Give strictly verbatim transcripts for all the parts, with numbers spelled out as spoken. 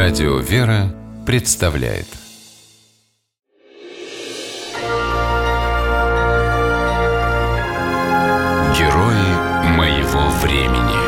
Радио «Вера» представляет Герои моего времени.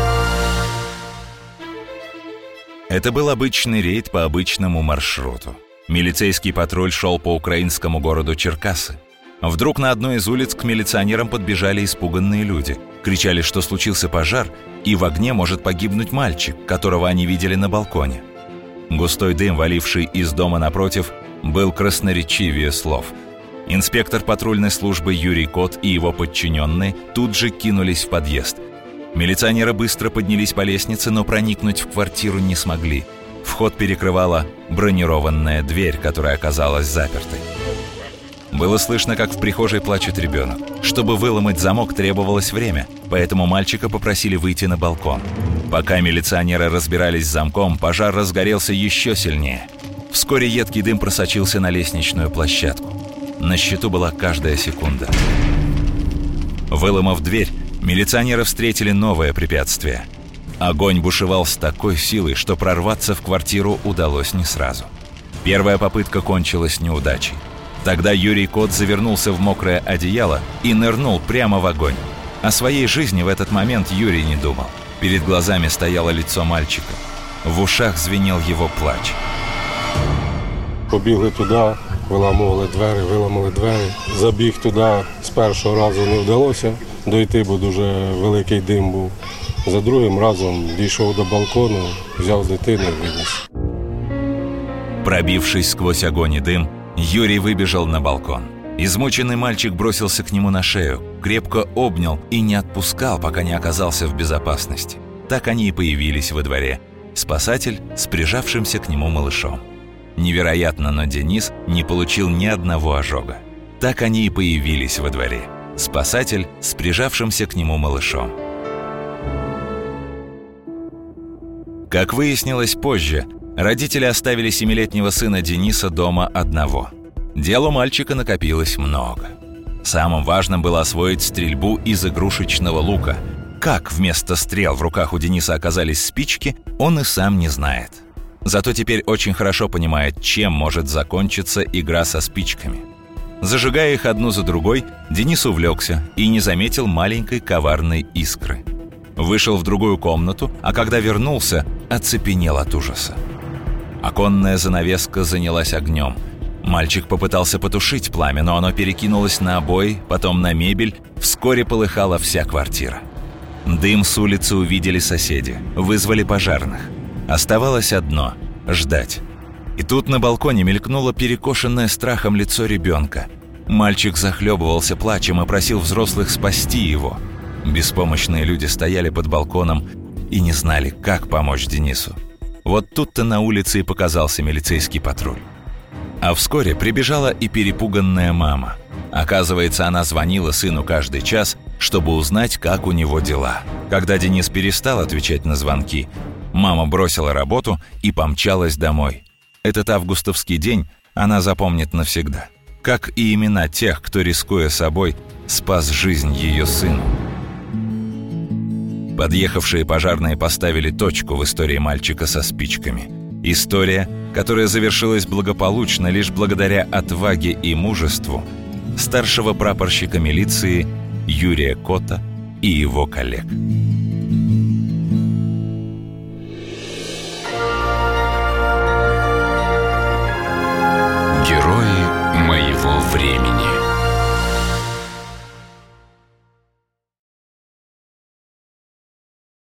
Это был обычный рейд по обычному маршруту. Милицейский патруль шел по украинскому городу Черкассы. Вдруг на одной из улиц к милиционерам подбежали испуганные люди. Кричали, что случился пожар, и в огне может погибнуть мальчик, которого они видели на балконе. Густой дым, валивший из дома напротив, был красноречивее слов. Инспектор патрульной службы Юрий Кот и его подчиненные тут же кинулись в подъезд. Милиционеры быстро поднялись по лестнице, но проникнуть в квартиру не смогли. Вход перекрывала бронированная дверь, которая оказалась запертой. Было слышно, как в прихожей плачет ребенок. Чтобы выломать замок, требовалось время, поэтому мальчика попросили выйти на балкон. Пока милиционеры разбирались с замком, пожар разгорелся еще сильнее. Вскоре едкий дым просочился на лестничную площадку. На счету была каждая секунда. Выломав дверь, милиционеры встретили новое препятствие. Огонь бушевал с такой силой, что прорваться в квартиру удалось не сразу. Первая попытка кончилась неудачей. Тогда Юрий Кот завернулся в мокрое одеяло и нырнул прямо в огонь. О своей жизни в этот момент Юрий не думал. Перед глазами стояло лицо мальчика. В ушах звенел его плач. Побігли туди, виламували двері, виламали двері. Забіг туди, з першого разу не вдалося дойти, бо дуже великий дим був. За другим разом дійшов до балкону, взяв дитину і виніс. Пробившись сквозь огонь и дым, Юрий выбежал на балкон. Измученный мальчик бросился к нему на шею, крепко обнял и не отпускал, пока не оказался в безопасности. Так они и появились во дворе. Спасатель с прижавшимся к нему малышом. Невероятно, но Денис не получил ни одного ожога. Так они и появились во дворе. Спасатель с прижавшимся к нему малышом. Как выяснилось позже, родители оставили семилетнего сына Дениса дома одного. Дел у мальчика накопилось много. Самым важным было освоить стрельбу из игрушечного лука. Как вместо стрел в руках у Дениса оказались спички, он и сам не знает. Зато теперь очень хорошо понимает, чем может закончиться игра со спичками. Зажигая их одну за другой, Денис увлекся и не заметил маленькой коварной искры. Вышел в другую комнату, а когда вернулся, оцепенел от ужаса. Оконная занавеска занялась огнем. Мальчик попытался потушить пламя, но оно перекинулось на обои, потом на мебель. Вскоре полыхала вся квартира. Дым с улицы увидели соседи, вызвали пожарных. Оставалось одно – ждать. И тут на балконе мелькнуло перекошенное страхом лицо ребенка. Мальчик захлебывался плачем и просил взрослых спасти его. Беспомощные люди стояли под балконом и не знали, как помочь Денису. Вот тут-то на улице и показался милицейский патруль. А вскоре прибежала и перепуганная мама. Оказывается, она звонила сыну каждый час, чтобы узнать, как у него дела. Когда Денис перестал отвечать на звонки, мама бросила работу и помчалась домой. Этот августовский день она запомнит навсегда. Как и имена тех, кто, рискуя собой, спас жизнь ее сыну. Подъехавшие пожарные поставили точку в истории мальчика со спичками. История, которая завершилась благополучно лишь благодаря отваге и мужеству старшего прапорщика милиции Юрия Кота и его коллег. Герои моего времени.